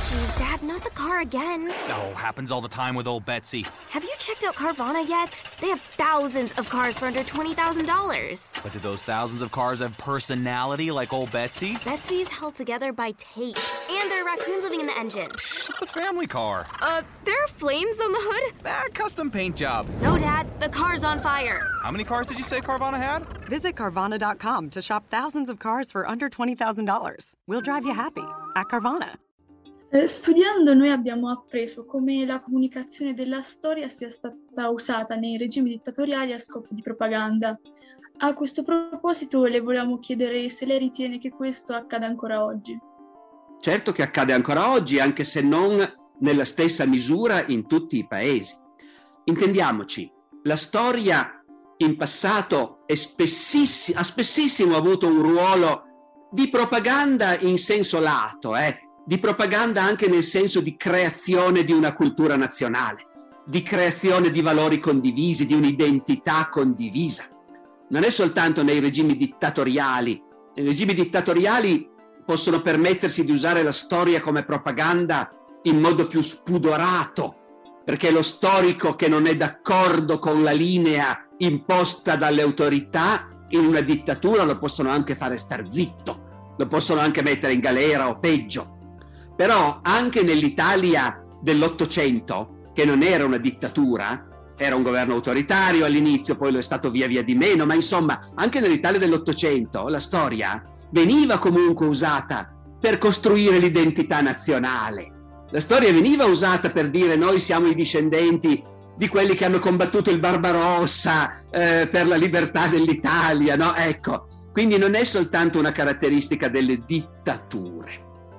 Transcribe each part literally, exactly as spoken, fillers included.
Geez, Dad, not the car again. Oh, happens all the time with old Betsy. Have you checked out Carvana yet? They have thousands of cars for under twenty thousand dollars. But do those thousands of cars have personality like old Betsy? Betsy's held together by tape. And there are raccoons living in the engine. Psh, it's a family car. Uh, there are flames on the hood? Ah, custom paint job. No, Dad, the car's on fire. How many cars did you say Carvana had? Visit Carvana dot com to shop thousands of cars for under twenty thousand dollars. We'll drive you happy at Carvana. Studiando noi abbiamo appreso come la comunicazione della storia sia stata usata nei regimi dittatoriali a scopo di propaganda. A questo proposito le volevamo chiedere se lei ritiene che questo accada ancora oggi. Certo che accade ancora oggi, anche se non nella stessa misura in tutti i paesi. Intendiamoci, la storia in passato è spessissimo, ha spessissimo avuto un ruolo di propaganda in senso lato, eh? di propaganda anche nel senso di creazione di una cultura nazionale, di creazione di valori condivisi, di un'identità condivisa. Non è soltanto nei regimi dittatoriali. I regimi dittatoriali possono permettersi di usare la storia come propaganda in modo più spudorato, perché lo storico che non è d'accordo con la linea imposta dalle autorità in una dittatura lo possono anche fare star zitto, lo possono anche mettere in galera o peggio. Però anche nell'Italia dell'Ottocento, che non era una dittatura, era un governo autoritario all'inizio, poi lo è stato via via di meno, ma insomma anche nell'Italia dell'Ottocento la storia veniva comunque usata per costruire l'identità nazionale. La storia veniva usata per dire noi siamo i discendenti di quelli che hanno combattuto il Barbarossa eh, per la libertà dell'Italia, no? Ecco, quindi non è soltanto una caratteristica delle dittature.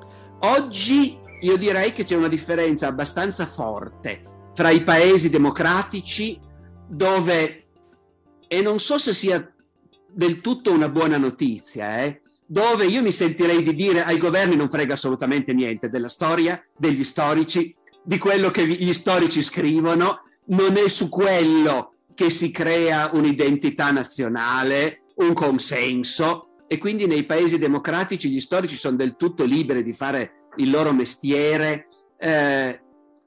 Oggi io direi che c'è una differenza abbastanza forte fra i paesi democratici dove, e non so se sia del tutto una buona notizia, eh, dove io mi sentirei di dire ai governi non frega assolutamente niente della storia, degli storici, di quello che gli storici scrivono, non è su quello che si crea un'identità nazionale, un consenso. E quindi nei paesi democratici gli storici sono del tutto liberi di fare il loro mestiere, eh,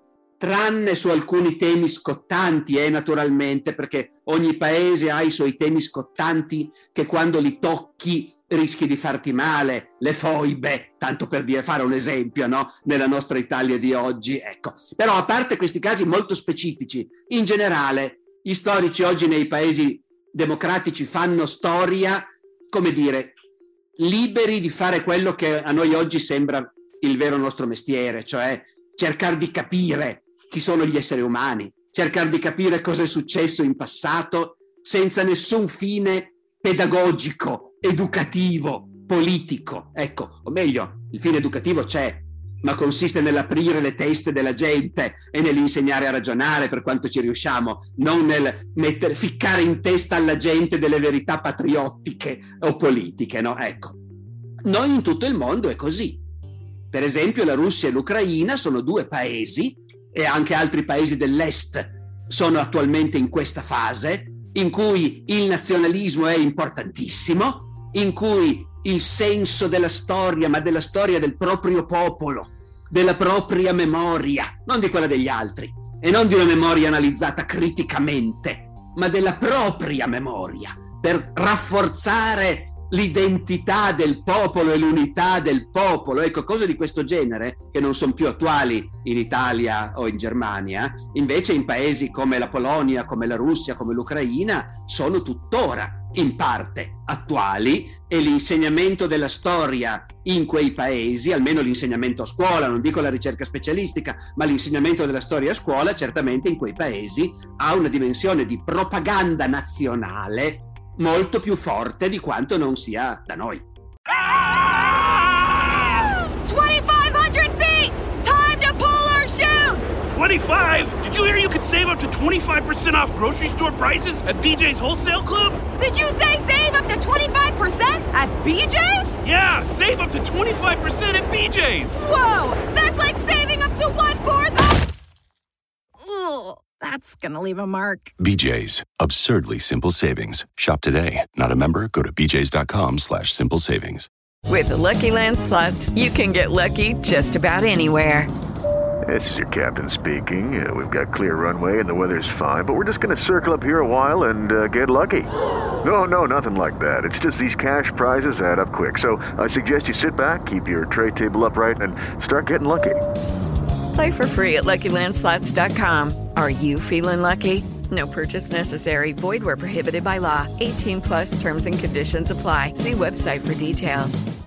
tranne su alcuni temi scottanti, eh, naturalmente, perché ogni paese ha i suoi temi scottanti che quando li tocchi rischi di farti male, le foibe, tanto per dire, fare un esempio, no? Nella nostra Italia di oggi, ecco. Però a parte questi casi molto specifici, in generale gli storici oggi nei paesi democratici fanno storia, come dire, liberi di fare quello che a noi oggi sembra il vero nostro mestiere, cioè cercare di capire chi sono gli esseri umani, cercare di capire cosa è successo in passato senza nessun fine pedagogico, educativo, politico. Ecco, o meglio, il fine educativo c'è, ma consiste nell'aprire le teste della gente e nell'insegnare a ragionare per quanto ci riusciamo, non nel mettere, ficcare in testa alla gente delle verità patriottiche o politiche, no? Ecco, non in tutto il mondo è così. Per esempio la Russia e l'Ucraina sono due paesi, e anche altri paesi dell'Est sono attualmente in questa fase, in cui il nazionalismo è importantissimo, in cui il senso della storia, ma della storia del proprio popolo, della propria memoria, non di quella degli altri, e non di una memoria analizzata criticamente, ma della propria memoria, per rafforzare l'identità del popolo e l'unità del popolo. Ecco, cose di questo genere, che non sono più attuali in Italia o in Germania, invece in paesi come la Polonia, come la Russia, come l'Ucraina, sono tuttora in parte attuali, e l'insegnamento della storia in quei paesi, almeno l'insegnamento a scuola, non dico la ricerca specialistica, ma l'insegnamento della storia a scuola certamente in quei paesi ha una dimensione di propaganda nazionale molto più forte di quanto non sia da noi. twenty-five hundred feet! Time to pull our chutes! twenty-five? Did you hear you could save up to twenty-five percent off grocery store prices at B J's Wholesale Club? Did you say save up to twenty-five percent at B J's? Yeah, save up to twenty-five percent at B J's! Whoa! That's like saving up to one-fourth of... Ugh, that's gonna leave a mark. B J's. Absurdly simple savings. Shop today. Not a member? Go to bjs.com slash simple savings. With the Lucky Land Slots, you can get lucky just about anywhere. This is your captain speaking. Uh, we've got clear runway and the weather's fine, but we're just going to circle up here a while and uh, get lucky. No, no, nothing like that. It's just these cash prizes add up quick. So I suggest you sit back, keep your tray table upright, and start getting lucky. Play for free at Lucky Land Slots dot com. Are you feeling lucky? No purchase necessary. Void where prohibited by law. eighteen plus terms and conditions apply. See website for details.